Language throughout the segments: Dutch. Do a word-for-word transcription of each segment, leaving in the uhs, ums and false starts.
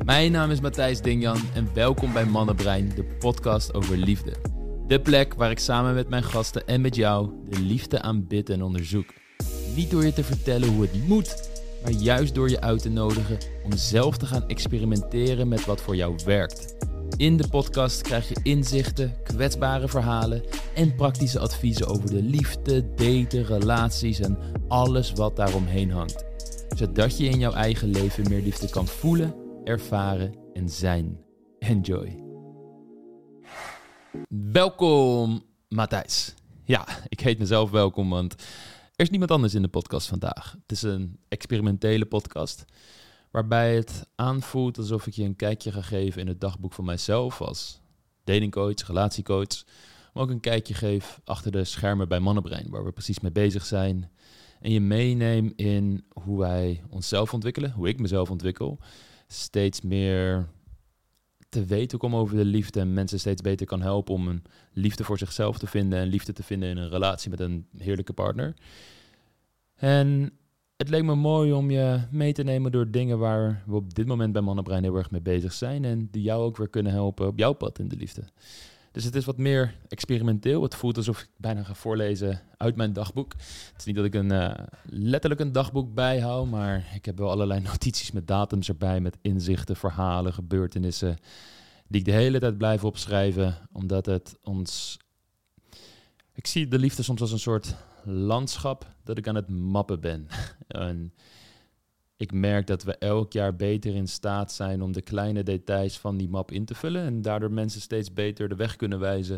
Mijn naam is Matthijs Dingjan en welkom bij Mannenbrein, de podcast over liefde. De plek waar ik samen met mijn gasten en met jou de liefde aanbid en onderzoek. Niet door je te vertellen hoe het moet, maar juist door je uit te nodigen om zelf te gaan experimenteren met wat voor jou werkt. In de podcast krijg je inzichten, kwetsbare verhalen en praktische adviezen over de liefde, daten, relaties en alles wat daaromheen hangt. Zodat je in jouw eigen leven meer liefde kan voelen, ervaren en zijn. Enjoy. Welkom, Matthijs. Ja, ik heet mezelf welkom, want er is niemand anders in de podcast vandaag. Het is een experimentele podcast, waarbij het aanvoelt alsof ik je een kijkje ga geven in het dagboek van mijzelf als datingcoach, relatiecoach. Maar ook een kijkje geef achter de schermen bij Mannenbrein, waar we precies mee bezig zijn. En je meeneem in hoe wij onszelf ontwikkelen, hoe ik mezelf ontwikkel. Steeds meer te weten kom over de liefde en mensen steeds beter kan helpen om een liefde voor zichzelf te vinden en liefde te vinden in een relatie met een heerlijke partner. En het leek me mooi om je mee te nemen door dingen waar we op dit moment bij Mannenbrein heel erg mee bezig zijn en die jou ook weer kunnen helpen op jouw pad in de liefde. Dus het is wat meer experimenteel. Het voelt alsof ik bijna ga voorlezen uit mijn dagboek. Het is niet dat ik een, uh, letterlijk een dagboek bijhoud, maar ik heb wel allerlei notities met datums erbij, met inzichten, verhalen, gebeurtenissen, die ik de hele tijd blijf opschrijven, omdat het ons... Ik zie de liefde soms als een soort landschap dat ik aan het mappen ben. En ik merk dat we elk jaar beter in staat zijn om de kleine details van die map in te vullen en daardoor mensen steeds beter de weg kunnen wijzen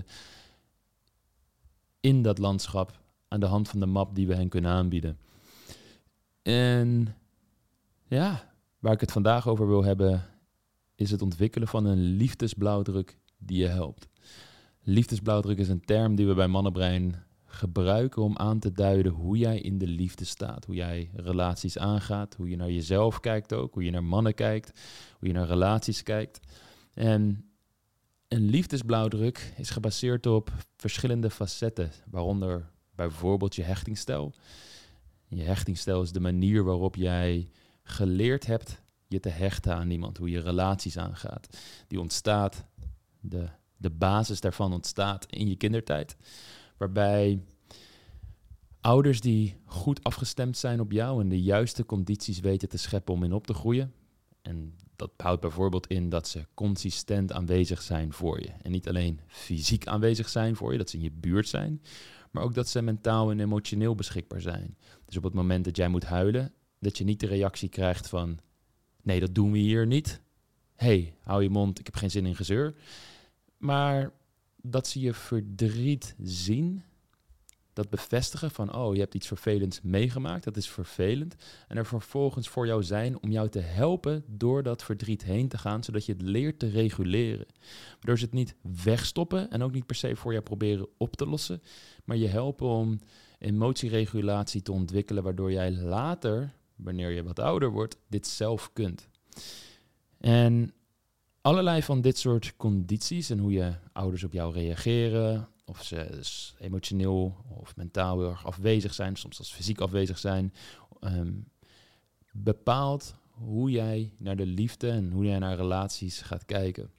in dat landschap aan de hand van de map die we hen kunnen aanbieden. En ja, waar ik het vandaag over wil hebben is het ontwikkelen van een liefdesblauwdruk die je helpt. Liefdesblauwdruk is een term die we bij Mannenbrein gebruiken om aan te duiden hoe jij in de liefde staat. Hoe jij relaties aangaat, hoe je naar jezelf kijkt ook, hoe je naar mannen kijkt, hoe je naar relaties kijkt. En een liefdesblauwdruk is gebaseerd op verschillende facetten, waaronder bijvoorbeeld je hechtingsstijl. Je hechtingsstijl is de manier waarop jij geleerd hebt je te hechten aan iemand, hoe je relaties aangaat. Die ontstaat, de, de basis daarvan ontstaat in je kindertijd, waarbij ouders die goed afgestemd zijn op jou en de juiste condities weten te scheppen om in op te groeien. En dat houdt bijvoorbeeld in dat ze consistent aanwezig zijn voor je. En niet alleen fysiek aanwezig zijn voor je, dat ze in je buurt zijn, maar ook dat ze mentaal en emotioneel beschikbaar zijn. Dus op het moment dat jij moet huilen, dat je niet de reactie krijgt van, nee, dat doen we hier niet. Hé, hey, hou je mond, ik heb geen zin in gezeur. Maar dat ze je verdriet zien, dat bevestigen van, oh, je hebt iets vervelends meegemaakt, dat is vervelend. En er vervolgens voor jou zijn om jou te helpen door dat verdriet heen te gaan, zodat je het leert te reguleren. Waardoor ze het niet wegstoppen en ook niet per se voor jou proberen op te lossen, maar je helpen om emotieregulatie te ontwikkelen, waardoor jij later, wanneer je wat ouder wordt, dit zelf kunt. En allerlei van dit soort condities en hoe je ouders op jou reageren, of ze dus emotioneel of mentaal heel erg afwezig zijn, soms als fysiek afwezig zijn, um, bepaalt hoe jij naar de liefde en hoe jij naar relaties gaat kijken.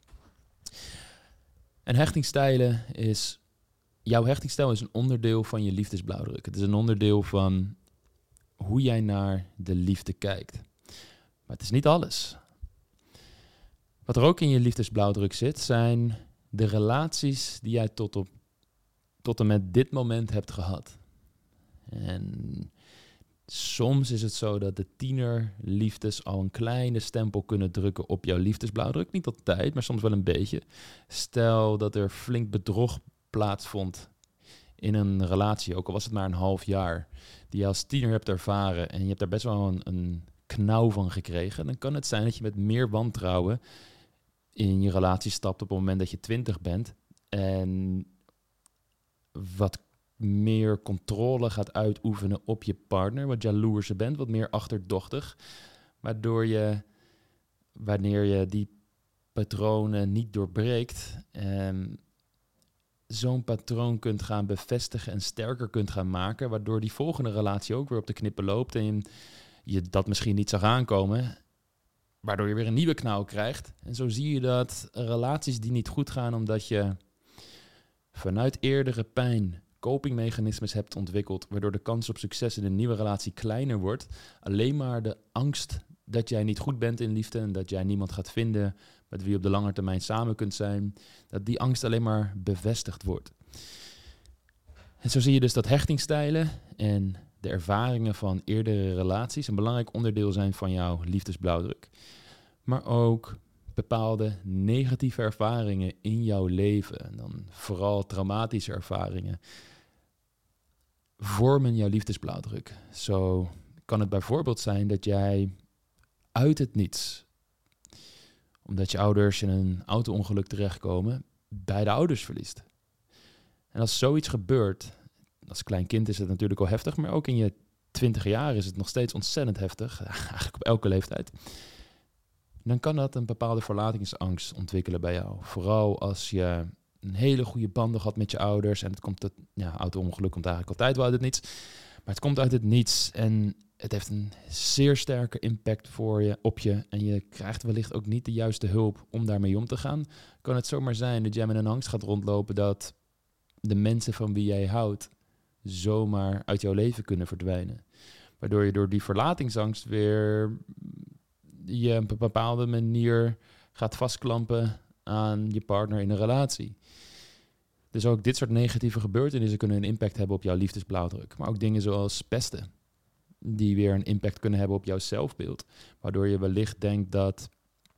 En hechtingsstijlen is, jouw hechtingsstijl is een onderdeel van je liefdesblauwdruk. Het is een onderdeel van hoe jij naar de liefde kijkt. Maar het is niet alles. Wat er ook in je liefdesblauwdruk zit, zijn de relaties die jij tot, op, tot en met dit moment hebt gehad. En soms is het zo dat de tienerliefdes al een kleine stempel kunnen drukken op jouw liefdesblauwdruk. Niet altijd, maar soms wel een beetje. Stel dat er flink bedrog plaatsvond in een relatie, ook al was het maar een half jaar, die je als tiener hebt ervaren en je hebt daar best wel een, een knauw van gekregen, dan kan het zijn dat je met meer wantrouwen in je relatie stapt op het moment dat je twintig bent en wat meer controle gaat uitoefenen op je partner, wat jaloerser bent, wat meer achterdochtig, waardoor je, wanneer je die patronen niet doorbreekt, en zo'n patroon kunt gaan bevestigen en sterker kunt gaan maken, waardoor die volgende relatie ook weer op de knippen loopt en je dat misschien niet zag aankomen waardoor je weer een nieuwe knauw krijgt. En zo zie je dat relaties die niet goed gaan omdat je vanuit eerdere pijn copingmechanismes hebt ontwikkeld, waardoor de kans op succes in een nieuwe relatie kleiner wordt, alleen maar de angst dat jij niet goed bent in liefde en dat jij niemand gaat vinden met wie je op de lange termijn samen kunt zijn, dat die angst alleen maar bevestigd wordt. En zo zie je dus dat hechtingsstijlen en de ervaringen van eerdere relaties een belangrijk onderdeel zijn van jouw liefdesblauwdruk. Maar ook bepaalde negatieve ervaringen in jouw leven, en dan vooral traumatische ervaringen, vormen jouw liefdesblauwdruk. Zo kan het bijvoorbeeld zijn dat jij uit het niets, omdat je ouders in een auto-ongeluk terechtkomen, beide ouders verliest. En als zoiets gebeurt, als klein kind is het natuurlijk al heftig, maar ook in je twintig jaar is het nog steeds ontzettend heftig, eigenlijk op elke leeftijd. Dan kan dat een bepaalde verlatingsangst ontwikkelen bij jou. Vooral als je een hele goede band had met je ouders en het komt het, ja, auto-ongeluk komt eigenlijk altijd wel uit het niets, maar het komt uit het niets en het heeft een zeer sterke impact voor je, op je en je krijgt wellicht ook niet de juiste hulp om daarmee om te gaan. Kan het zomaar zijn dat jij met een angst gaat rondlopen dat de mensen van wie jij houdt zomaar uit jouw leven kunnen verdwijnen. Waardoor je door die verlatingsangst weer je op een bepaalde manier gaat vastklampen aan je partner in een relatie. Dus ook dit soort negatieve gebeurtenissen kunnen een impact hebben op jouw liefdesblauwdruk. Maar ook dingen zoals pesten, die weer een impact kunnen hebben op jouw zelfbeeld. Waardoor je wellicht denkt dat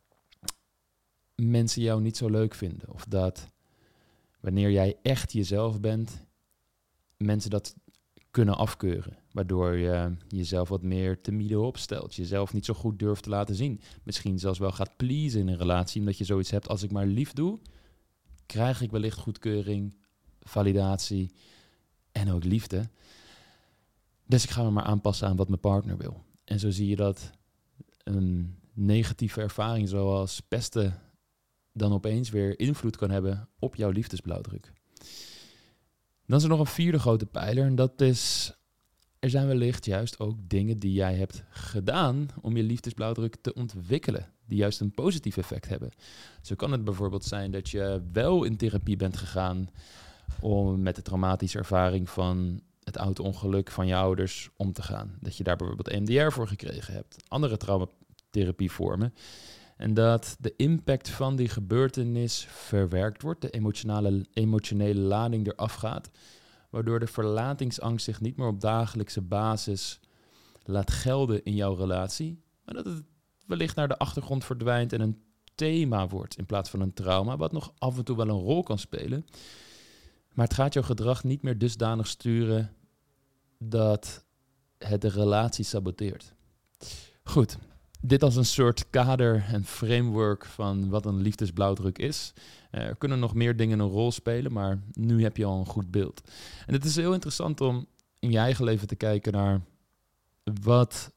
mensen jou niet zo leuk vinden. Of dat wanneer jij echt jezelf bent, mensen dat kunnen afkeuren. Waardoor je jezelf wat meer timide opstelt. Jezelf niet zo goed durft te laten zien. Misschien zelfs wel gaat pleasen in een relatie. Omdat je zoiets hebt, als ik maar lief doe, krijg ik wellicht goedkeuring, validatie en ook liefde. Dus ik ga me maar aanpassen aan wat mijn partner wil. En zo zie je dat een negatieve ervaring zoals pesten dan opeens weer invloed kan hebben op jouw liefdesblauwdruk. Dan is er nog een vierde grote pijler en dat is, er zijn wellicht juist ook dingen die jij hebt gedaan om je liefdesblauwdruk te ontwikkelen, die juist een positief effect hebben. Zo kan het bijvoorbeeld zijn dat je wel in therapie bent gegaan om met de traumatische ervaring van het auto-ongeluk van je ouders om te gaan. Dat je daar bijvoorbeeld E M D R voor gekregen hebt, andere traumatherapievormen. En dat de impact van die gebeurtenis verwerkt wordt, de emotionele, emotionele lading eraf gaat, waardoor de verlatingsangst zich niet meer op dagelijkse basis laat gelden in jouw relatie, maar dat het wellicht naar de achtergrond verdwijnt en een thema wordt in plaats van een trauma, wat nog af en toe wel een rol kan spelen. Maar het gaat jouw gedrag niet meer dusdanig sturen dat het de relatie saboteert. Goed. Dit als een soort kader en framework van wat een liefdesblauwdruk is. Uh, er kunnen nog meer dingen een rol spelen, maar nu heb je al een goed beeld. En het is heel interessant om in je eigen leven te kijken naar wat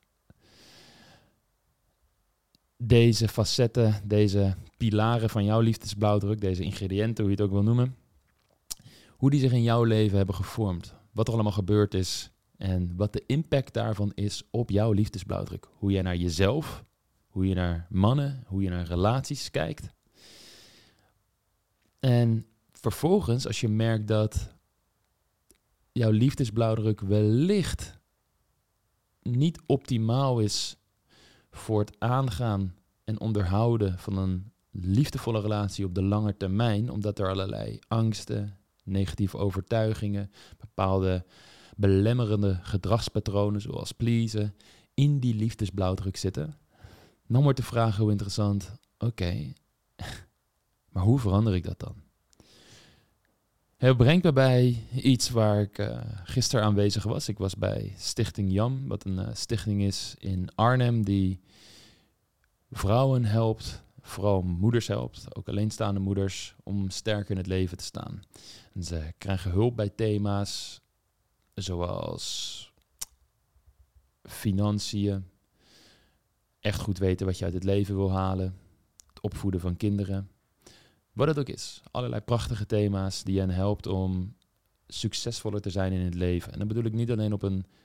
deze facetten, deze pilaren van jouw liefdesblauwdruk, deze ingrediënten, hoe je het ook wil noemen, hoe die zich in jouw leven hebben gevormd. Wat er allemaal gebeurd is. En wat de impact daarvan is op jouw liefdesblauwdruk. Hoe jij naar jezelf, hoe je naar mannen, hoe je naar relaties kijkt. En vervolgens, als je merkt dat jouw liefdesblauwdruk wellicht niet optimaal is voor het aangaan en onderhouden van een liefdevolle relatie op de lange termijn, omdat er allerlei angsten, negatieve overtuigingen, bepaalde belemmerende gedragspatronen zoals pleasen in die liefdesblauwdruk zitten, dan wordt de vraag heel interessant, oké, okay, maar hoe verander ik dat dan? Het brengt me bij iets waar ik uh, gisteren aanwezig was. Ik was bij Stichting Jam, wat een uh, stichting is in Arnhem die vrouwen helpt, vooral moeders helpt, ook alleenstaande moeders, om sterker in het leven te staan. En ze krijgen hulp bij thema's zoals financiën, echt goed weten wat je uit het leven wil halen, het opvoeden van kinderen, wat het ook is. Allerlei prachtige thema's die hen helpt om succesvoller te zijn in het leven. En dan bedoel ik niet alleen op een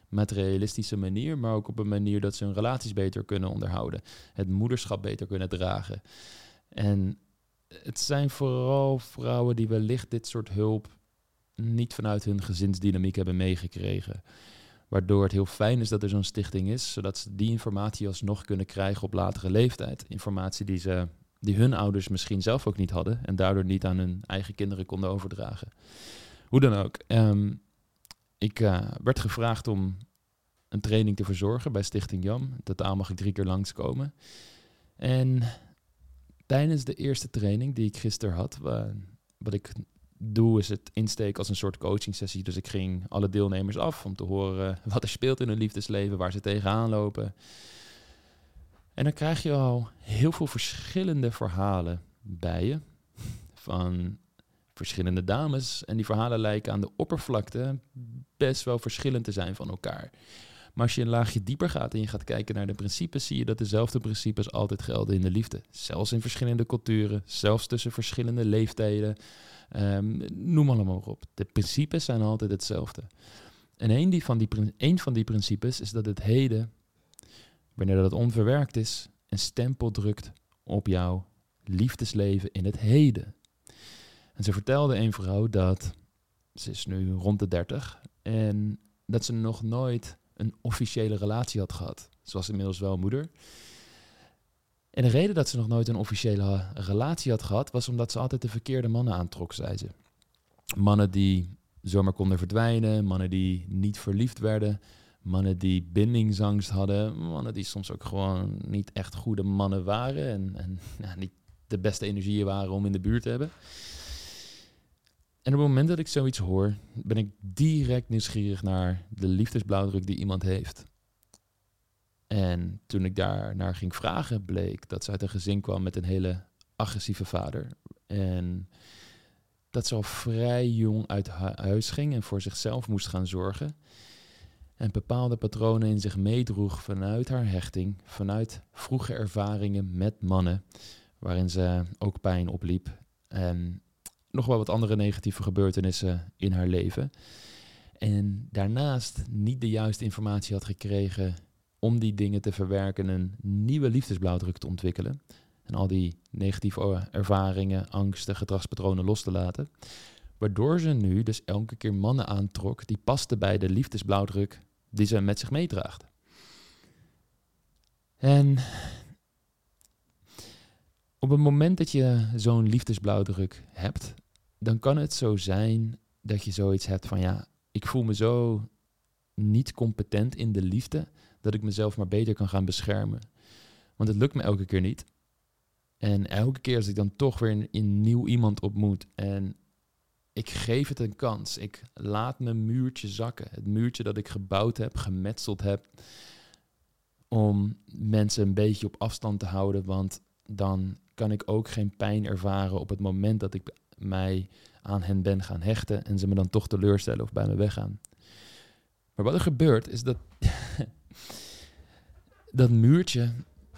materialistische manier, maar ook op een manier dat ze hun relaties beter kunnen onderhouden, het moederschap beter kunnen dragen. En het zijn vooral vrouwen die wellicht dit soort hulp niet vanuit hun gezinsdynamiek hebben meegekregen. Waardoor het heel fijn is dat er zo'n stichting is, zodat ze die informatie alsnog kunnen krijgen op latere leeftijd. Informatie die, ze, die hun ouders misschien zelf ook niet hadden en daardoor niet aan hun eigen kinderen konden overdragen. Hoe dan ook. Um, ik uh, werd gevraagd om een training te verzorgen bij Stichting Jam. In totaal mag ik drie keer langskomen. En tijdens de eerste training die ik gisteren had, uh, wat ik doe is het insteken als een soort coaching sessie. Dus ik ging alle deelnemers af om te horen wat er speelt in hun liefdesleven, waar ze tegenaan lopen. En dan krijg je al heel veel verschillende verhalen bij je van verschillende dames. En die verhalen lijken aan de oppervlakte best wel verschillend te zijn van elkaar. Maar als je een laagje dieper gaat en je gaat kijken naar de principes, zie je dat dezelfde principes altijd gelden in de liefde. Zelfs in verschillende culturen, zelfs tussen verschillende leeftijden. Um, noem allemaal maar op. De principes zijn altijd hetzelfde. En een, die van die, een van die principes is dat het heden, wanneer dat onverwerkt is, een stempel drukt op jouw liefdesleven in het heden. En ze vertelde een vrouw dat, ze is nu rond de dertig, en dat ze nog nooit een officiële relatie had gehad. Ze was inmiddels wel moeder. En de reden dat ze nog nooit een officiële relatie had gehad, was omdat ze altijd de verkeerde mannen aantrok, zei ze. Mannen die zomaar konden verdwijnen, mannen die niet verliefd werden, mannen die bindingsangst hadden, mannen die soms ook gewoon niet echt goede mannen waren en, en ja, niet de beste energieën waren om in de buurt te hebben. En op het moment dat ik zoiets hoor, ben ik direct nieuwsgierig naar de liefdesblauwdruk die iemand heeft. En toen ik daar naar ging vragen, bleek dat ze uit een gezin kwam met een hele agressieve vader. En dat ze al vrij jong uit huis ging en voor zichzelf moest gaan zorgen. En bepaalde patronen in zich meedroeg vanuit haar hechting, vanuit vroege ervaringen met mannen, waarin ze ook pijn opliep. En nog wel wat andere negatieve gebeurtenissen in haar leven. En daarnaast niet de juiste informatie had gekregen om die dingen te verwerken en een nieuwe liefdesblauwdruk te ontwikkelen. En al die negatieve ervaringen, angsten, gedragspatronen los te laten. Waardoor ze nu dus elke keer mannen aantrok die pasten bij de liefdesblauwdruk die ze met zich meedraagt. En op het moment dat je zo'n liefdesblauwdruk hebt, dan kan het zo zijn dat je zoiets hebt van ja, ik voel me zo niet competent in de liefde, dat ik mezelf maar beter kan gaan beschermen. Want het lukt me elke keer niet. En elke keer als ik dan toch weer een, een nieuw iemand ontmoet en ik geef het een kans. Ik laat mijn muurtje zakken. Het muurtje dat ik gebouwd heb, gemetseld heb, om mensen een beetje op afstand te houden, want dan kan ik ook geen pijn ervaren op het moment dat ik mij aan hen ben gaan hechten en ze me dan toch teleurstellen of bij me weggaan. Maar wat er gebeurt is dat dat muurtje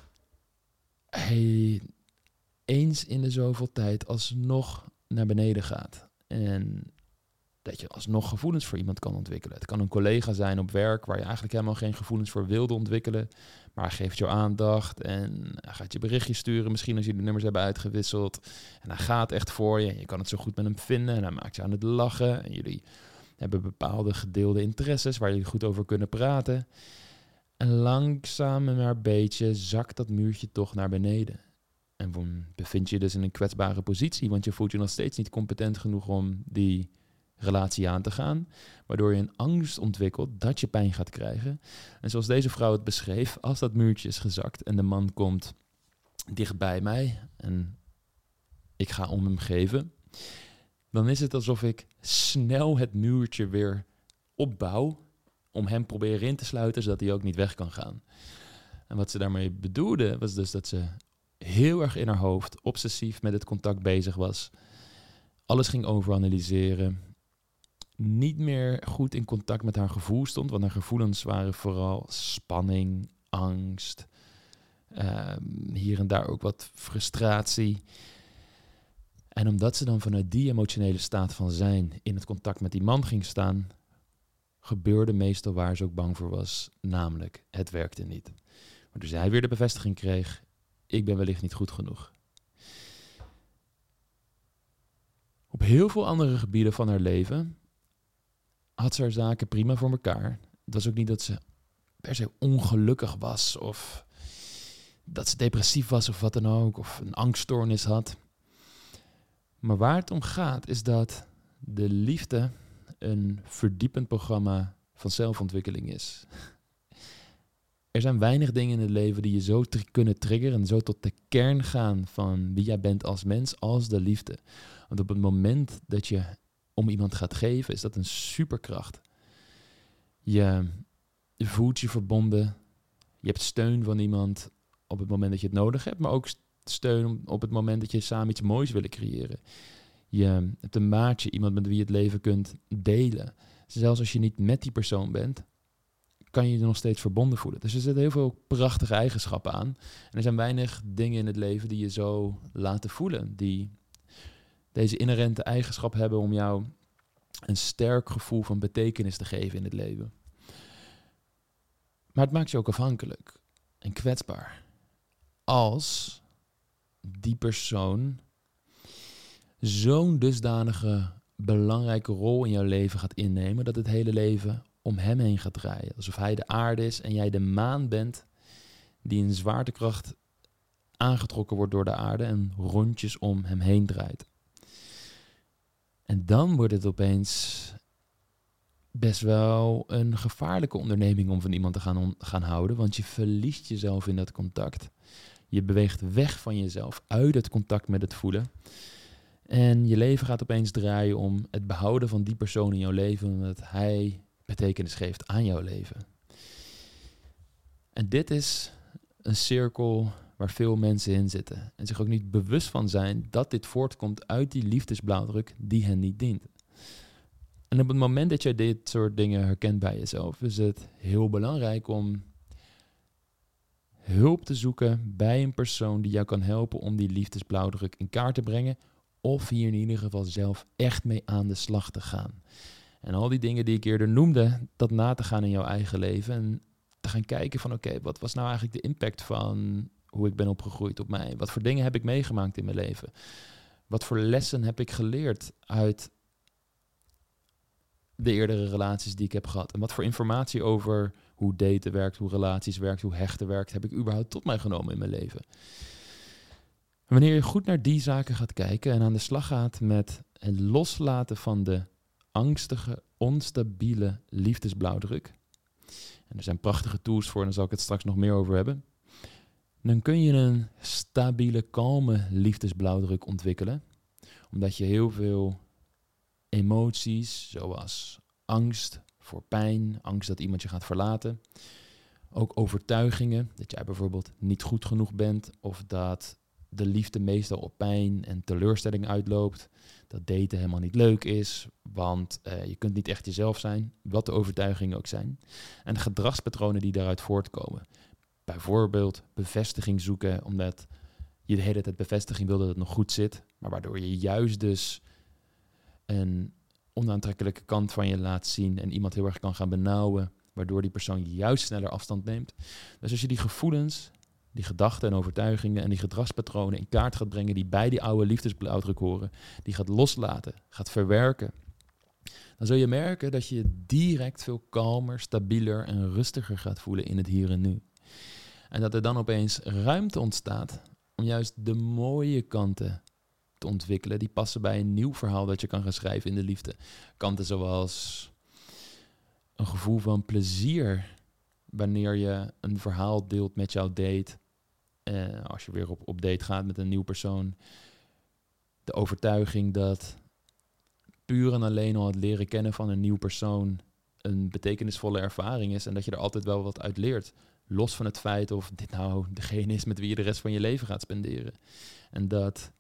hij eens in de zoveel tijd alsnog naar beneden gaat. En dat je alsnog gevoelens voor iemand kan ontwikkelen. Het kan een collega zijn op werk waar je eigenlijk helemaal geen gevoelens voor wilde ontwikkelen. Maar hij geeft jou aandacht en hij gaat je berichtjes sturen. Misschien als jullie de nummers hebben uitgewisseld. En hij gaat echt voor je. Je kan het zo goed met hem vinden en hij maakt je aan het lachen. En jullie hebben bepaalde gedeelde interesses waar jullie goed over kunnen praten. En langzaam maar een beetje zakt dat muurtje toch naar beneden. En dan bevind je je dus in een kwetsbare positie, want je voelt je nog steeds niet competent genoeg om die relatie aan te gaan, waardoor je een angst ontwikkelt dat je pijn gaat krijgen. En zoals deze vrouw het beschreef, als dat muurtje is gezakt en de man komt dicht bij mij en ik ga om hem geven, dan is het alsof ik snel het muurtje weer opbouw om hem proberen in te sluiten, zodat hij ook niet weg kan gaan. En wat ze daarmee bedoelde, was dus dat ze heel erg in haar hoofd, obsessief met het contact bezig was. Alles ging overanalyseren. Niet meer goed in contact met haar gevoel stond, want haar gevoelens waren vooral spanning, angst, uh, hier en daar ook wat frustratie. En omdat ze dan vanuit die emotionele staat van zijn in het contact met die man ging staan, gebeurde meestal waar ze ook bang voor was. Namelijk, het werkte niet. Waardoor zij weer de bevestiging kreeg, ik ben wellicht niet goed genoeg. Op heel veel andere gebieden van haar leven had ze haar zaken prima voor elkaar. Het was ook niet dat ze per se ongelukkig was of dat ze depressief was of wat dan ook, of een angststoornis had. Maar waar het om gaat is dat de liefde een verdiepend programma van zelfontwikkeling is. Er zijn weinig dingen in het leven die je zo tri- kunnen triggeren en zo tot de kern gaan van wie jij bent als mens, als de liefde. Want op het moment dat je om iemand gaat geven, is dat een superkracht. Je voelt je verbonden, je hebt steun van iemand op het moment dat je het nodig hebt, maar ook steun op het moment dat je samen iets moois willen creëren. Je hebt een maatje, iemand met wie je het leven kunt delen. Zelfs als je niet met die persoon bent, kan je je nog steeds verbonden voelen. Dus er zitten heel veel prachtige eigenschappen aan. En er zijn weinig dingen in het leven die je zo laten voelen, die deze inherente eigenschap hebben om jou een sterk gevoel van betekenis te geven in het leven. Maar het maakt je ook afhankelijk en kwetsbaar. Als die persoon zo'n dusdanige belangrijke rol in jouw leven gaat innemen, dat het hele leven om hem heen gaat draaien. Alsof hij de aarde is en jij de maan bent die in zwaartekracht aangetrokken wordt door de aarde en rondjes om hem heen draait. En dan wordt het opeens best wel een gevaarlijke onderneming om van iemand te gaan, on- gaan houden, want je verliest jezelf in dat contact. Je beweegt weg van jezelf, uit het contact met het voelen. En je leven gaat opeens draaien om het behouden van die persoon in jouw leven, omdat hij betekenis geeft aan jouw leven. En dit is een cirkel waar veel mensen in zitten en zich ook niet bewust van zijn dat dit voortkomt uit die liefdesblauwdruk die hen niet dient. En op het moment dat jij dit soort dingen herkent bij jezelf, is het heel belangrijk om hulp te zoeken bij een persoon die jou kan helpen om die liefdesblauwdruk in kaart te brengen, of hier in ieder geval zelf echt mee aan de slag te gaan. En al die dingen die ik eerder noemde, dat na te gaan in jouw eigen leven en te gaan kijken van oké, okay, wat was nou eigenlijk de impact van hoe ik ben opgegroeid op mij? Wat voor dingen heb ik meegemaakt in mijn leven? Wat voor lessen heb ik geleerd uit de eerdere relaties die ik heb gehad? En wat voor informatie over hoe daten werkt, hoe relaties werkt, hoe hechten werkt, heb ik überhaupt tot mij genomen in mijn leven? En wanneer je goed naar die zaken gaat kijken en aan de slag gaat met het loslaten van de angstige, onstabiele liefdesblauwdruk, en er zijn prachtige tools voor, en daar zal ik het straks nog meer over hebben, dan kun je een stabiele, kalme liefdesblauwdruk ontwikkelen, omdat je heel veel emoties, zoals angst voor pijn, angst dat iemand je gaat verlaten, ook overtuigingen, dat jij bijvoorbeeld niet goed genoeg bent, of dat de liefde meestal op pijn en teleurstelling uitloopt, dat daten helemaal niet leuk is, want uh, je kunt niet echt jezelf zijn, wat de overtuigingen ook zijn. En de gedragspatronen die daaruit voortkomen. Bijvoorbeeld bevestiging zoeken, omdat je de hele tijd bevestiging wil dat het nog goed zit, maar waardoor je juist dus een onaantrekkelijke kant van je laat zien en iemand heel erg kan gaan benauwen, waardoor die persoon juist sneller afstand neemt. Dus als je die gevoelens, die gedachten en overtuigingen en die gedragspatronen in kaart gaat brengen die bij die oude liefdesblauwdruk horen, die gaat loslaten, gaat verwerken, dan zul je merken dat je je direct veel kalmer, stabieler en rustiger gaat voelen in het hier en nu. En dat er dan opeens ruimte ontstaat om juist de mooie kanten te ontwikkelen die passen bij een nieuw verhaal dat je kan gaan schrijven in de liefde. Kanten zoals een gevoel van plezier wanneer je een verhaal deelt met jouw date. Uh, als je weer op, op date gaat met een nieuw persoon. De overtuiging dat puur en alleen al het leren kennen van een nieuw persoon een betekenisvolle ervaring is en dat je er altijd wel wat uit leert. Los van het feit of dit nou degene is met wie je de rest van je leven gaat spenderen. En dat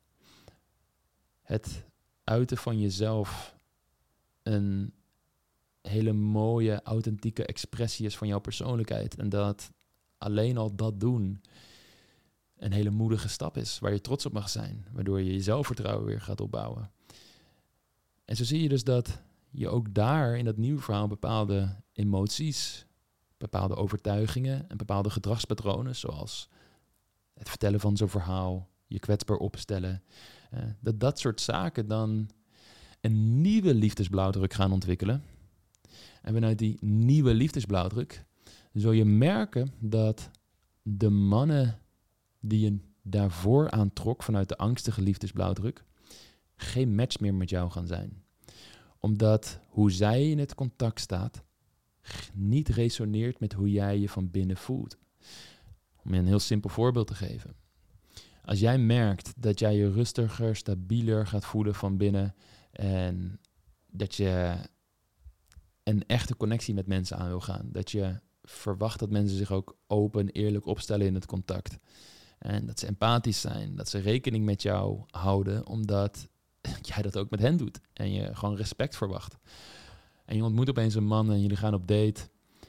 het uiten van jezelf een hele mooie, authentieke expressie is van jouw persoonlijkheid. En dat alleen al dat doen een hele moedige stap is, waar je trots op mag zijn. Waardoor je je zelfvertrouwen weer gaat opbouwen. En zo zie je dus dat je ook daar in dat nieuwe verhaal bepaalde emoties, bepaalde overtuigingen en bepaalde gedragspatronen, zoals het vertellen van zo'n verhaal, je kwetsbaar opstellen, uh, dat dat soort zaken dan een nieuwe liefdesblauwdruk gaan ontwikkelen. En vanuit die nieuwe liefdesblauwdruk zul je merken dat de mannen die je daarvoor aantrok vanuit de angstige liefdesblauwdruk geen match meer met jou gaan zijn. Omdat hoe zij in het contact staat niet resoneert met hoe jij je van binnen voelt. Om je een heel simpel voorbeeld te geven. Als jij merkt dat jij je rustiger, stabieler gaat voelen van binnen en dat je een echte connectie met mensen aan wil gaan. Dat je verwacht dat mensen zich ook open en eerlijk opstellen in het contact. En dat ze empathisch zijn, dat ze rekening met jou houden, omdat jij dat ook met hen doet. En je gewoon respect verwacht. En je ontmoet opeens een man en jullie gaan op date.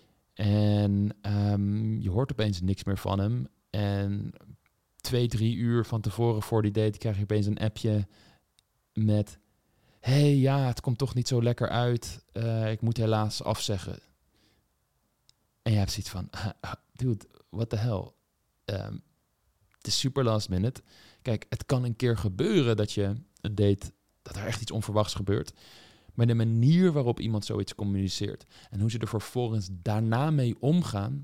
En um, je hoort opeens niks meer van hem. En twee, drie uur van tevoren voor die date krijg je opeens een appje met: hey, ja, het komt toch niet zo lekker uit. Uh, ik moet helaas afzeggen. En je hebt zoiets van: dude, what the hell? Um, het is super last minute. Kijk, het kan een keer gebeuren dat je een date, dat er echt iets onverwachts gebeurt. Maar de manier waarop iemand zoiets communiceert en hoe ze er vervolgens daarna mee omgaan,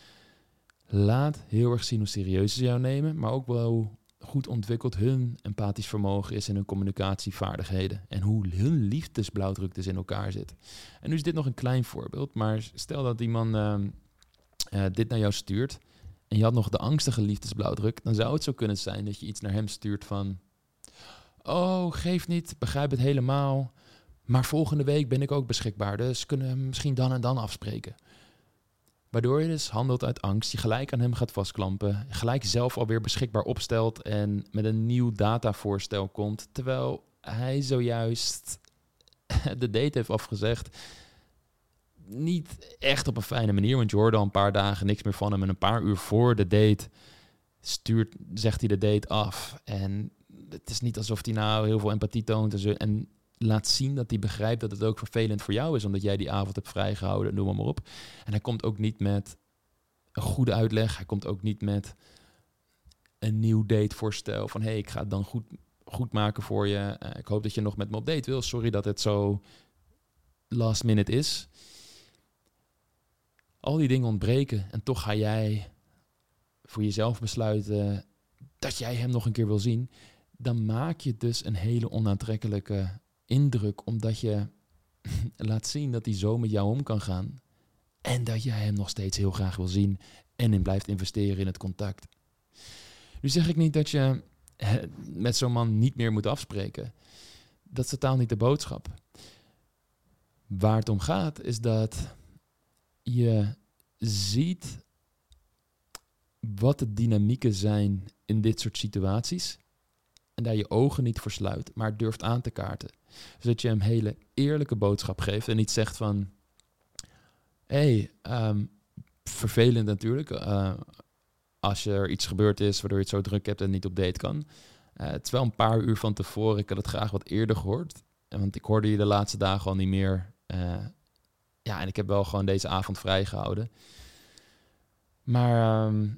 laat heel erg zien hoe serieus ze jou nemen, maar ook wel hoe goed ontwikkeld hun empathisch vermogen is en hun communicatievaardigheden. En hoe hun liefdesblauwdruk dus in elkaar zit. En nu is dit nog een klein voorbeeld, maar stel dat die man uh, uh, dit naar jou stuurt en je had nog de angstige liefdesblauwdruk, dan zou het zo kunnen zijn dat je iets naar hem stuurt van: oh, geef niet, begrijp het helemaal, maar volgende week ben ik ook beschikbaar, dus kunnen we misschien dan en dan afspreken. Waardoor je dus handelt uit angst, je gelijk aan hem gaat vastklampen, gelijk zelf alweer beschikbaar opstelt en met een nieuw datavoorstel komt, terwijl hij zojuist de date heeft afgezegd. Niet echt op een fijne manier, want je hoorde al een paar dagen niks meer van hem en een paar uur voor de date stuurt, zegt hij de date af. En het is niet alsof hij nou heel veel empathie toont en, zo, en laat zien dat hij begrijpt dat het ook vervelend voor jou is, omdat jij die avond hebt vrijgehouden, noem maar op. En hij komt ook niet met een goede uitleg. Hij komt ook niet met een nieuw datevoorstel van: hey, ik ga het dan goed, goed maken voor je. Uh, ik hoop dat je nog met me op date wil. Sorry dat het zo last minute is. Al die dingen ontbreken en toch ga jij voor jezelf besluiten dat jij hem nog een keer wil zien. Dan maak je dus een hele onaantrekkelijke indruk, omdat je laat zien dat hij zo met jou om kan gaan en dat jij hem nog steeds heel graag wil zien en in blijft investeren in het contact. Nu zeg ik niet dat je met zo'n man niet meer moet afspreken. Dat is totaal niet de boodschap. Waar het om gaat is dat je ziet wat de dynamieken zijn in dit soort situaties en daar je ogen niet voor sluit, maar durft aan te kaarten. Zodat je hem hele eerlijke boodschap geeft en niet zegt van: hé, hey, um, vervelend natuurlijk, uh, als er iets gebeurd is waardoor je het zo druk hebt en niet op date kan. Uh, het is wel een paar uur van tevoren, ik had het graag wat eerder gehoord, want ik hoorde je de laatste dagen al niet meer. Uh, ja, en ik heb wel gewoon deze avond vrijgehouden. Maar um,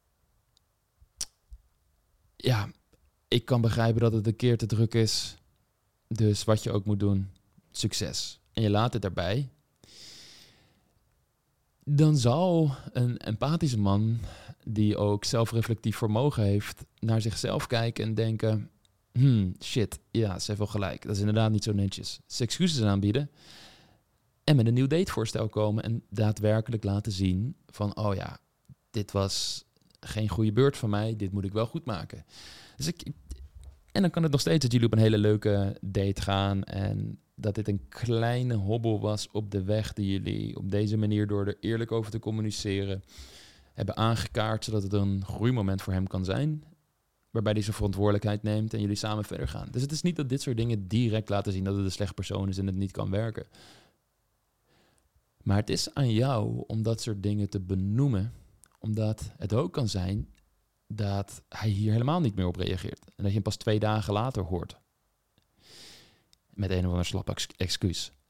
ja, ik kan begrijpen dat het een keer te druk is. Dus wat je ook moet doen, succes. En je laat het daarbij. Dan zal een empathische man, die ook zelfreflectief vermogen heeft, naar zichzelf kijken en denken: hmm, shit, ja, ze heeft wel gelijk. Dat is inderdaad niet zo netjes. Ze excuses aanbieden en met een nieuw datevoorstel komen en daadwerkelijk laten zien van: oh ja, dit was geen goede beurt van mij, dit moet ik wel goed maken. Dus ik, en dan kan het nog steeds dat jullie op een hele leuke date gaan en dat dit een kleine hobbel was op de weg die jullie op deze manier, door er eerlijk over te communiceren, hebben aangekaart, zodat het een groeimoment voor hem kan zijn, waarbij hij zijn verantwoordelijkheid neemt en jullie samen verder gaan. Dus het is niet dat dit soort dingen direct laten zien dat het een slecht persoon is en het niet kan werken. Maar het is aan jou om dat soort dingen te benoemen, omdat het ook kan zijn dat hij hier helemaal niet meer op reageert. En dat je hem pas twee dagen later hoort. Met een of ander slap excuus.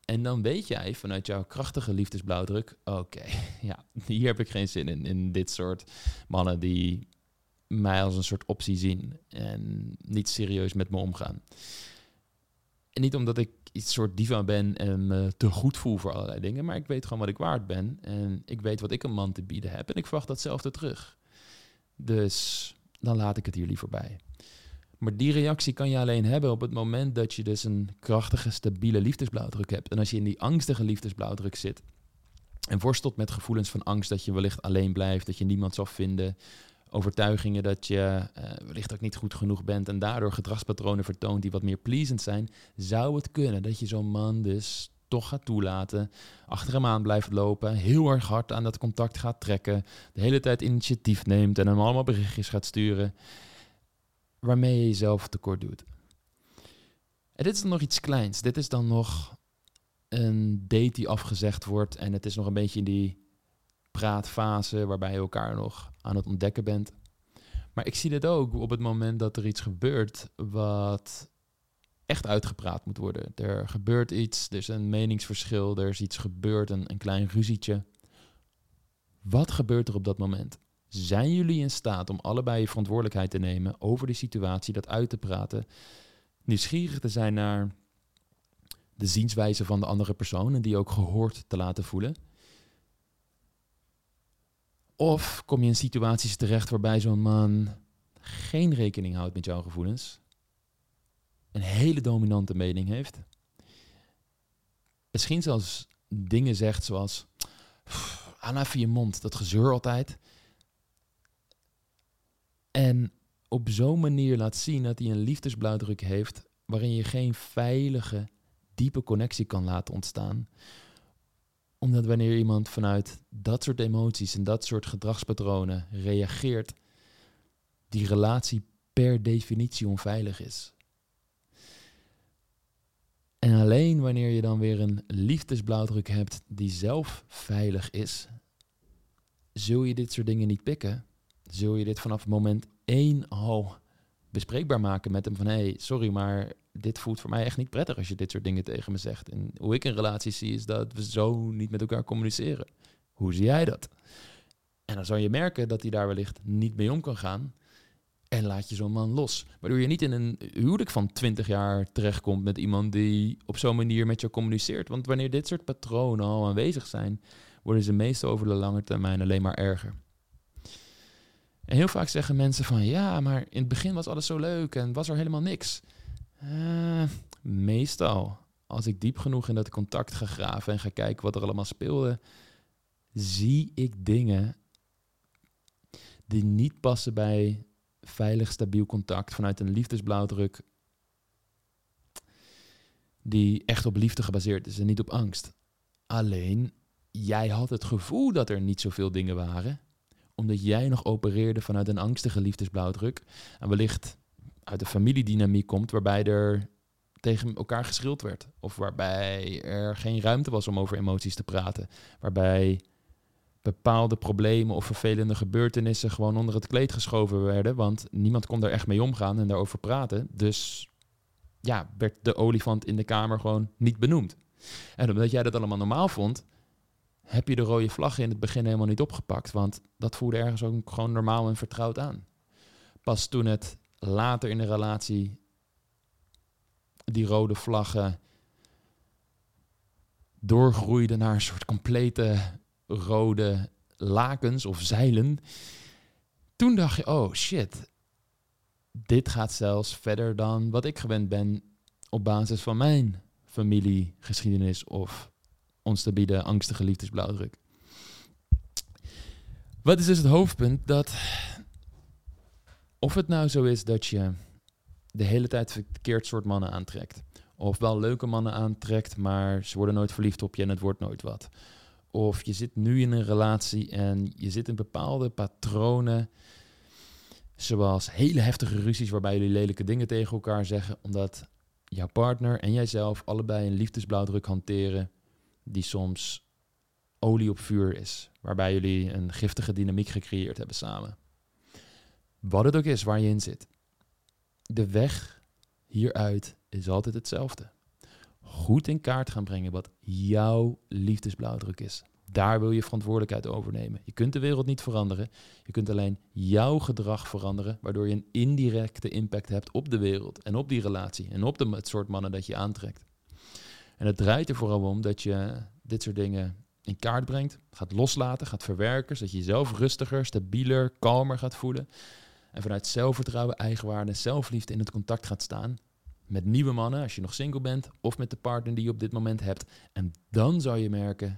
En dan weet jij vanuit jouw krachtige liefdesblauwdruk, oké, okay, ja, hier heb ik geen zin in. In dit soort mannen die mij als een soort optie zien en niet serieus met me omgaan. En niet omdat ik iets soort diva ben en me te goed voel voor allerlei dingen, maar ik weet gewoon wat ik waard ben en ik weet wat ik een man te bieden heb en ik verwacht datzelfde terug. Dus dan laat ik het hier liever bij. Maar die reactie kan je alleen hebben op het moment dat je dus een krachtige, stabiele liefdesblauwdruk hebt. En als je in die angstige liefdesblauwdruk zit en worstelt met gevoelens van angst dat je wellicht alleen blijft, dat je niemand zal vinden, overtuigingen dat je uh, wellicht ook niet goed genoeg bent en daardoor gedragspatronen vertoont die wat meer pleasend zijn, zou het kunnen dat je zo'n man dus toch gaat toelaten, achter hem aan blijft lopen, heel erg hard aan dat contact gaat trekken, de hele tijd initiatief neemt en hem allemaal berichtjes gaat sturen, waarmee je jezelf tekort doet. En dit is dan nog iets kleins. Dit is dan nog een date die afgezegd wordt en het is nog een beetje in die praatfase waarbij je elkaar nog aan het ontdekken bent. Maar ik zie dit ook op het moment dat er iets gebeurt wat echt uitgepraat moet worden. Er gebeurt iets, er is een meningsverschil, er is iets gebeurd, een, een klein ruzietje. Wat gebeurt er op dat moment? Zijn jullie in staat om allebei je verantwoordelijkheid te nemen over die situatie, dat uit te praten, nieuwsgierig te zijn naar de zienswijze van de andere persoon en die ook gehoord te laten voelen? Of kom je in situaties terecht waarbij zo'n man geen rekening houdt met jouw gevoelens, een hele dominante mening heeft, misschien zelfs dingen zegt zoals, aan even je mond, dat gezeur altijd. En op zo'n manier laat zien dat hij een liefdesblauwdruk heeft waarin je geen veilige, diepe connectie kan laten ontstaan. Omdat wanneer iemand vanuit dat soort emoties en dat soort gedragspatronen reageert, die relatie per definitie onveilig is. En alleen wanneer je dan weer een liefdesblauwdruk hebt die zelf veilig is, zul je dit soort dingen niet pikken. Zul je dit vanaf moment één al bespreekbaar maken met hem van, hé, hey, sorry, maar dit voelt voor mij echt niet prettig als je dit soort dingen tegen me zegt. En hoe ik een relatie zie is dat we zo niet met elkaar communiceren. Hoe zie jij dat? En dan zal je merken dat hij daar wellicht niet mee om kan gaan. En laat je zo'n man los. Waardoor je niet in een huwelijk van twintig jaar terechtkomt met iemand die op zo'n manier met jou communiceert. Want wanneer dit soort patronen al aanwezig zijn, worden ze meestal over de lange termijn alleen maar erger. En heel vaak zeggen mensen van, ja, maar in het begin was alles zo leuk en was er helemaal niks. Uh, meestal, als ik diep genoeg in dat contact ga graven en ga kijken wat er allemaal speelde, zie ik dingen die niet passen bij veilig, stabiel contact vanuit een liefdesblauwdruk die echt op liefde gebaseerd is en niet op angst. Alleen, jij had het gevoel dat er niet zoveel dingen waren, omdat jij nog opereerde vanuit een angstige liefdesblauwdruk en wellicht uit een familiedynamiek komt waarbij er tegen elkaar geschreeuwd werd. Of waarbij er geen ruimte was om over emoties te praten. Waarbij bepaalde problemen of vervelende gebeurtenissen gewoon onder het kleed geschoven werden, want niemand kon daar echt mee omgaan en daarover praten. Dus ja, werd de olifant in de kamer gewoon niet benoemd. En omdat jij dat allemaal normaal vond, heb je de rode vlaggen in het begin helemaal niet opgepakt, want dat voelde ergens ook gewoon normaal en vertrouwd aan. Pas toen het later in de relatie die rode vlaggen doorgroeiden naar een soort complete rode lakens of zeilen, toen dacht je, oh shit, dit gaat zelfs verder dan wat ik gewend ben op basis van mijn familiegeschiedenis of onstabiele, angstige liefdesblauwdruk. Wat is dus het hoofdpunt? Dat of het nou zo is dat je de hele tijd verkeerd soort mannen aantrekt, of wel leuke mannen aantrekt, maar ze worden nooit verliefd op je en het wordt nooit wat. Of je zit nu in een relatie en je zit in bepaalde patronen, zoals hele heftige ruzies waarbij jullie lelijke dingen tegen elkaar zeggen, omdat jouw partner en jijzelf allebei een liefdesblauwdruk hanteren die soms olie op vuur is, waarbij jullie een giftige dynamiek gecreëerd hebben samen. Wat het ook is waar je in zit, de weg hieruit is altijd hetzelfde. goed in kaart gaan brengen wat jouw liefdesblauwdruk is. Daar wil je verantwoordelijkheid over nemen. Je kunt de wereld niet veranderen. Je kunt alleen jouw gedrag veranderen, waardoor je een indirecte impact hebt op de wereld en op die relatie en op de, het soort mannen dat je aantrekt. En het draait er vooral om dat je dit soort dingen in kaart brengt, gaat loslaten, gaat verwerken, zodat je jezelf rustiger, stabieler, kalmer gaat voelen. En vanuit zelfvertrouwen, eigenwaarde en zelfliefde in het contact gaat staan met nieuwe mannen, als je nog single bent, of met de partner die je op dit moment hebt. En dan zou je merken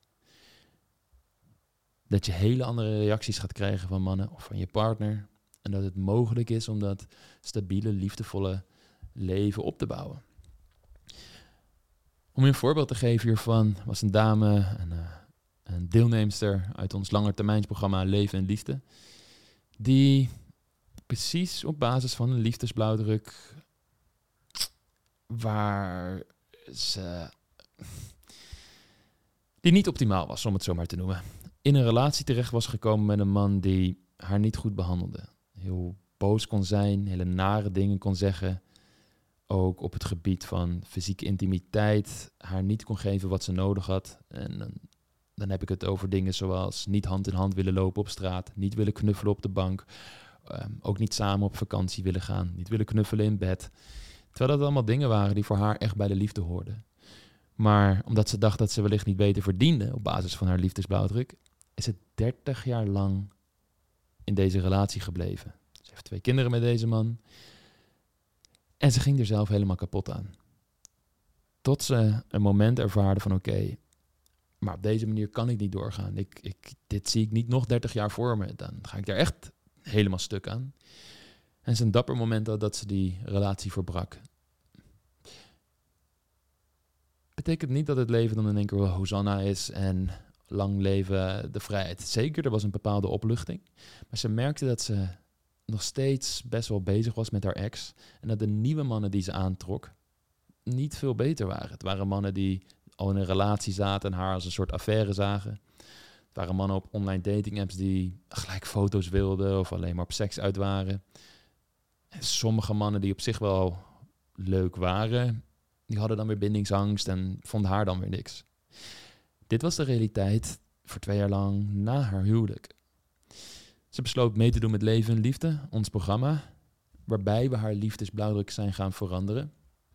dat je hele andere reacties gaat krijgen van mannen of van je partner. En dat het mogelijk is om dat stabiele, liefdevolle leven op te bouwen. Om je een voorbeeld te geven hiervan was een dame, een, uh, een deelnemster uit ons langetermijnsprogramma Leven en Liefde, die precies op basis van een liefdesblauwdruk waar ze die niet optimaal was, om het zo maar te noemen, in een relatie terecht was gekomen met een man die haar niet goed behandelde. Heel boos kon zijn, hele nare dingen kon zeggen. Ook op het gebied van fysieke intimiteit haar niet kon geven wat ze nodig had. En dan, dan heb ik het over dingen zoals niet hand in hand willen lopen op straat, niet willen knuffelen op de bank, um, ook niet samen op vakantie willen gaan, niet willen knuffelen in bed. Terwijl dat allemaal dingen waren die voor haar echt bij de liefde hoorden. Maar omdat ze dacht dat ze wellicht niet beter verdiende op basis van haar liefdesblauwdruk, is ze dertig jaar lang in deze relatie gebleven. Ze heeft twee kinderen met deze man. En ze ging er zelf helemaal kapot aan. Tot ze een moment ervaarde van oké, okay, maar op deze manier kan ik niet doorgaan. Ik, ik, dit zie ik niet nog dertig jaar voor me. Dan ga ik daar echt helemaal stuk aan. En het is een dapper moment dat, dat ze die relatie verbrak. Betekent niet dat het leven dan in één keer wel Hosanna is en lang leven de vrijheid. Zeker, er was een bepaalde opluchting. Maar ze merkte dat ze nog steeds best wel bezig was met haar ex. En dat de nieuwe mannen die ze aantrok niet veel beter waren. Het waren mannen die al in een relatie zaten en haar als een soort affaire zagen. Het waren mannen op online dating apps die gelijk foto's wilden of alleen maar op seks uit waren. En sommige mannen die op zich wel leuk waren, die hadden dan weer bindingsangst en vonden haar dan weer niks. Dit was de realiteit voor twee jaar lang na haar huwelijk. Ze besloot mee te doen met Leven en Liefde, ons programma, waarbij we haar liefdesblauwdruk zijn gaan veranderen.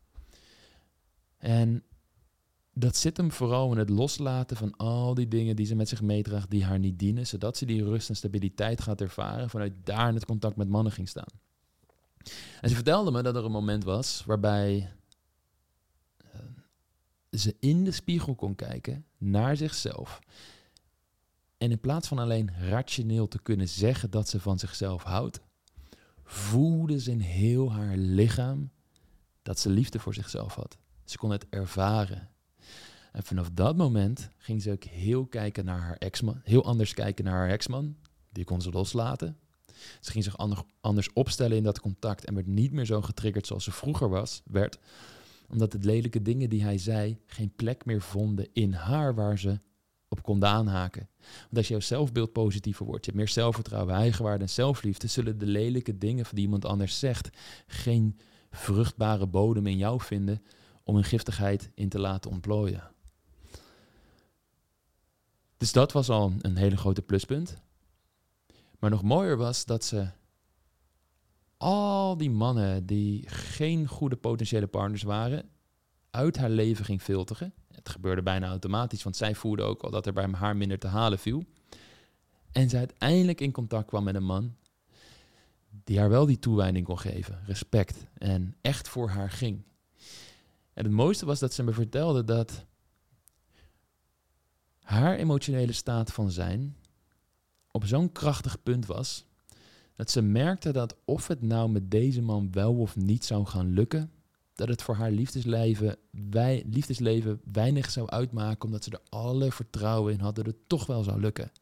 En dat zit hem vooral in het loslaten van al die dingen die ze met zich meedraagt die haar niet dienen, zodat ze die rust en stabiliteit gaat ervaren, vanuit daar in het contact met mannen ging staan. En ze vertelde me dat er een moment was waarbij uh, ze in de spiegel kon kijken naar zichzelf. En in plaats van alleen rationeel te kunnen zeggen dat ze van zichzelf houdt, voelde ze in heel haar lichaam dat ze liefde voor zichzelf had. Ze kon het ervaren. En vanaf dat moment ging ze ook heel, kijken naar haar ex-man, heel anders kijken naar haar ex-man. Die kon ze loslaten. Ze ging zich anders opstellen in dat contact en werd niet meer zo getriggerd zoals ze vroeger was, werd. Omdat de lelijke dingen die hij zei geen plek meer vonden in haar waar ze op konden aanhaken. Want als jouw zelfbeeld positiever wordt, je hebt meer zelfvertrouwen, eigenwaarde en zelfliefde, zullen de lelijke dingen die iemand anders zegt geen vruchtbare bodem in jou vinden om hun giftigheid in te laten ontplooien. Dus dat was al een hele grote pluspunt. Maar nog mooier was dat ze al die mannen die geen goede potentiële partners waren, uit haar leven ging filteren. Het gebeurde bijna automatisch, want zij voelde ook al dat er bij haar minder te halen viel. En ze uiteindelijk in contact kwam met een man die haar wel die toewijding kon geven, respect en echt voor haar ging. En het mooiste was dat ze me vertelde dat haar emotionele staat van zijn op zo'n krachtig punt was, dat ze merkte dat of het nou met deze man wel of niet zou gaan lukken, dat het voor haar liefdesleven, wij, liefdesleven weinig zou uitmaken, omdat ze er alle vertrouwen in had dat het toch wel zou lukken.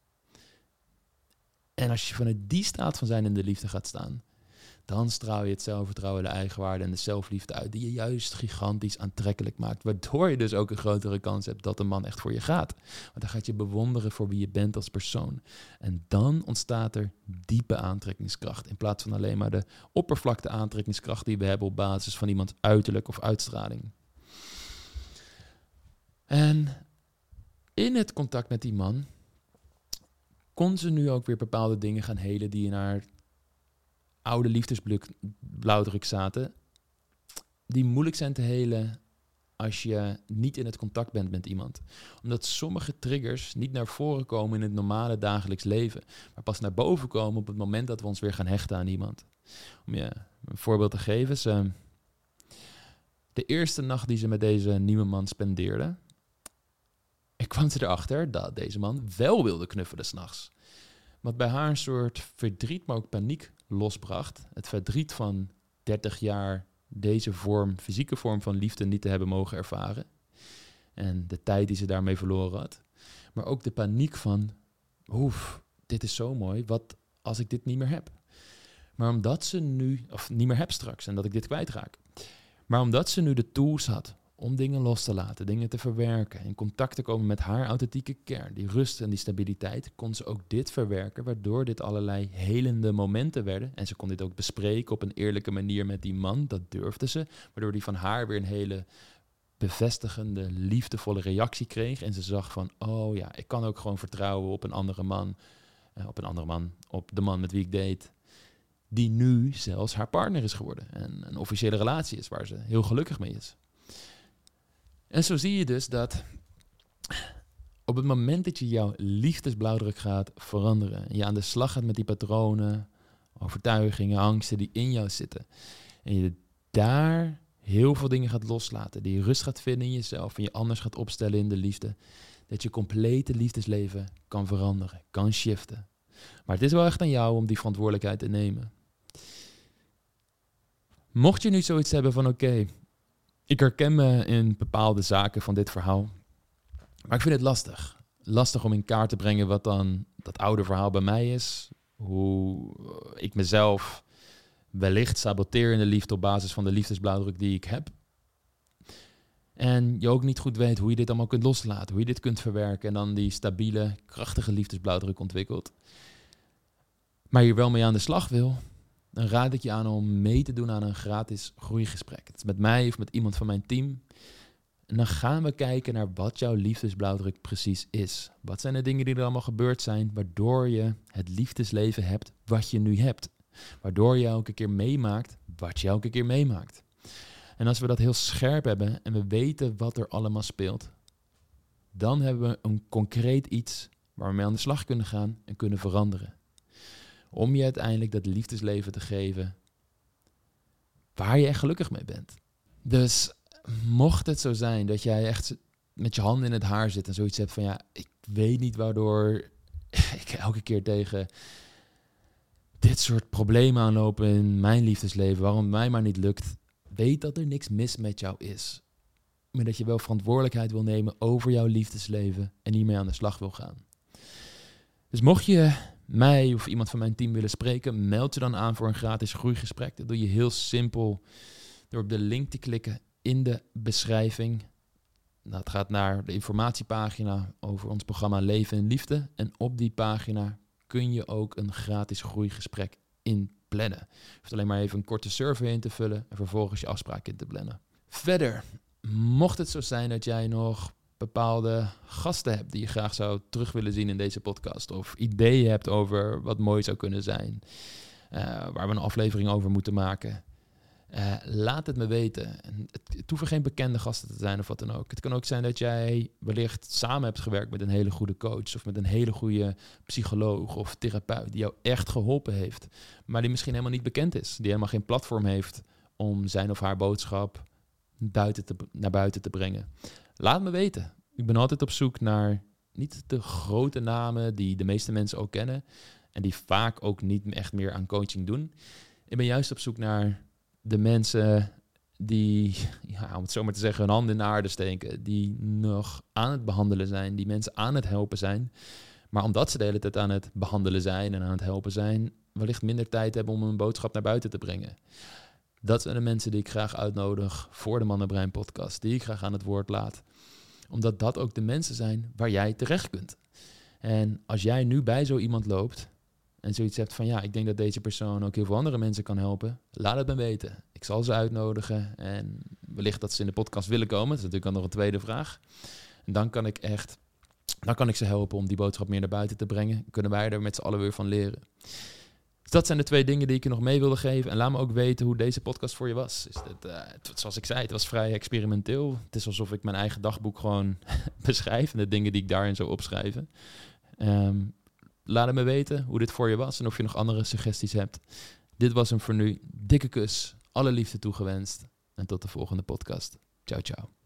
En als je vanuit die staat van zijn in de liefde gaat staan, dan straal je het zelfvertrouwen, de eigenwaarde en de zelfliefde uit, die je juist gigantisch aantrekkelijk maakt. Waardoor je dus ook een grotere kans hebt dat een man echt voor je gaat. Want dan gaat je bewonderen voor wie je bent als persoon. En dan ontstaat er diepe aantrekkingskracht. In plaats van alleen maar de oppervlakte aantrekkingskracht die we hebben op basis van iemands uiterlijk of uitstraling. En in het contact met die man kon ze nu ook weer bepaalde dingen gaan helen die in haar oude liefdesblauwdruk zaten, die moeilijk zijn te helen als je niet in het contact bent met iemand. Omdat sommige triggers niet naar voren komen in het normale dagelijks leven, maar pas naar boven komen op het moment dat we ons weer gaan hechten aan iemand. Om je een voorbeeld te geven, ze, de eerste nacht die ze met deze nieuwe man spendeerde, ik kwam ze erachter dat deze man wel wilde knuffelen 's nachts. Wat bij haar een soort verdriet, maar ook paniek losbracht. Het verdriet van dertig jaar deze vorm, fysieke vorm van liefde niet te hebben mogen ervaren. En de tijd die ze daarmee verloren had. Maar ook de paniek van, oef, dit is zo mooi, wat als ik dit niet meer heb? Maar omdat ze nu, of niet meer heb straks en dat ik dit kwijtraak. Maar omdat ze nu de tools had om dingen los te laten, dingen te verwerken, in contact te komen met haar authentieke kern, die rust en die stabiliteit, kon ze ook dit verwerken, waardoor dit allerlei helende momenten werden. En ze kon dit ook bespreken op een eerlijke manier met die man, dat durfde ze, waardoor die van haar weer een hele bevestigende, liefdevolle reactie kreeg. En ze zag van, oh ja, ik kan ook gewoon vertrouwen op een andere man, uh, op een andere man, op de man met wie ik date, die nu zelfs haar partner is geworden en een officiële relatie is, waar ze heel gelukkig mee is. En zo zie je dus dat op het moment dat je jouw liefdesblauwdruk gaat veranderen, en je aan de slag gaat met die patronen, overtuigingen, angsten die in jou zitten, en je daar heel veel dingen gaat loslaten, die je rust gaat vinden in jezelf en je anders gaat opstellen in de liefde, dat je complete liefdesleven kan veranderen, kan shiften. Maar het is wel echt aan jou om die verantwoordelijkheid te nemen. Mocht je nu zoiets hebben van oké, okay, ik herken me in bepaalde zaken van dit verhaal, maar ik vind het lastig. Lastig om in kaart te brengen wat dan dat oude verhaal bij mij is. Hoe ik mezelf wellicht saboteer in de liefde op basis van de liefdesblauwdruk die ik heb. En je ook niet goed weet hoe je dit allemaal kunt loslaten, hoe je dit kunt verwerken en dan die stabiele, krachtige liefdesblauwdruk ontwikkelt. Maar hier wel mee aan de slag wil, dan raad ik je aan om mee te doen aan een gratis groeigesprek. Het is met mij of met iemand van mijn team. En dan gaan we kijken naar wat jouw liefdesblauwdruk precies is. Wat zijn de dingen die er allemaal gebeurd zijn, waardoor je het liefdesleven hebt wat je nu hebt. Waardoor je elke keer meemaakt wat je elke keer meemaakt. En als we dat heel scherp hebben en we weten wat er allemaal speelt, dan hebben we een concreet iets waar we mee aan de slag kunnen gaan en kunnen veranderen. Om je uiteindelijk dat liefdesleven te geven waar je echt gelukkig mee bent. Dus mocht het zo zijn dat jij echt met je handen in het haar zit en zoiets hebt van ja, ik weet niet waardoor ik elke keer tegen dit soort problemen aanloop in mijn liefdesleven, waarom het mij maar niet lukt, weet dat er niks mis met jou is. Maar dat je wel verantwoordelijkheid wil nemen over jouw liefdesleven en hiermee aan de slag wil gaan. Dus mocht je mij of iemand van mijn team willen spreken, meld je dan aan voor een gratis groeigesprek. Dat doe je heel simpel door op de link te klikken in de beschrijving. Nou, het gaat naar de informatiepagina over ons programma Leven en Liefde. En op die pagina kun je ook een gratis groeigesprek inplannen. Je hoeft alleen maar even een korte survey in te vullen en vervolgens je afspraak in te plannen. Verder, mocht het zo zijn dat jij nog bepaalde gasten hebt die je graag zou terug willen zien in deze podcast, of ideeën hebt over wat mooi zou kunnen zijn, uh, waar we een aflevering over moeten maken, uh, laat het me weten. Het, het hoeven geen bekende gasten te zijn of wat dan ook. Het kan ook zijn dat jij wellicht samen hebt gewerkt met een hele goede coach of met een hele goede psycholoog of therapeut die jou echt geholpen heeft, maar die misschien helemaal niet bekend is, die helemaal geen platform heeft om zijn of haar boodschap buiten te, naar buiten te brengen. Laat me weten. Ik ben altijd op zoek naar niet de grote namen die de meeste mensen ook kennen en die vaak ook niet echt meer aan coaching doen. Ik ben juist op zoek naar de mensen die, ja, om het zo maar te zeggen, hun handen in de aarde steken, die nog aan het behandelen zijn, die mensen aan het helpen zijn, maar omdat ze de hele tijd aan het behandelen zijn en aan het helpen zijn, wellicht minder tijd hebben om een boodschap naar buiten te brengen. Dat zijn de mensen die ik graag uitnodig voor de Mannenbrein podcast, die ik graag aan het woord laat. Omdat dat ook de mensen zijn waar jij terecht kunt. En als jij nu bij zo iemand loopt en zoiets hebt van ja, ik denk dat deze persoon ook heel veel andere mensen kan helpen, laat het me weten. Ik zal ze uitnodigen en wellicht dat ze in de podcast willen komen. Dat is natuurlijk al nog een tweede vraag. En dan kan ik echt, dan kan ik ze helpen om die boodschap meer naar buiten te brengen. Kunnen wij er met z'n allen weer van leren. Dus dat zijn de twee dingen die ik je nog mee wilde geven. En laat me ook weten hoe deze podcast voor je was. Is het, uh, het, zoals ik zei, het was vrij experimenteel. Het is alsof ik mijn eigen dagboek gewoon beschrijf. En de dingen die ik daarin zou opschrijven. Um, laat het me weten hoe dit voor je was. En of je nog andere suggesties hebt. Dit was hem voor nu. Dikke kus. Alle liefde toegewenst. En tot de volgende podcast. Ciao, ciao.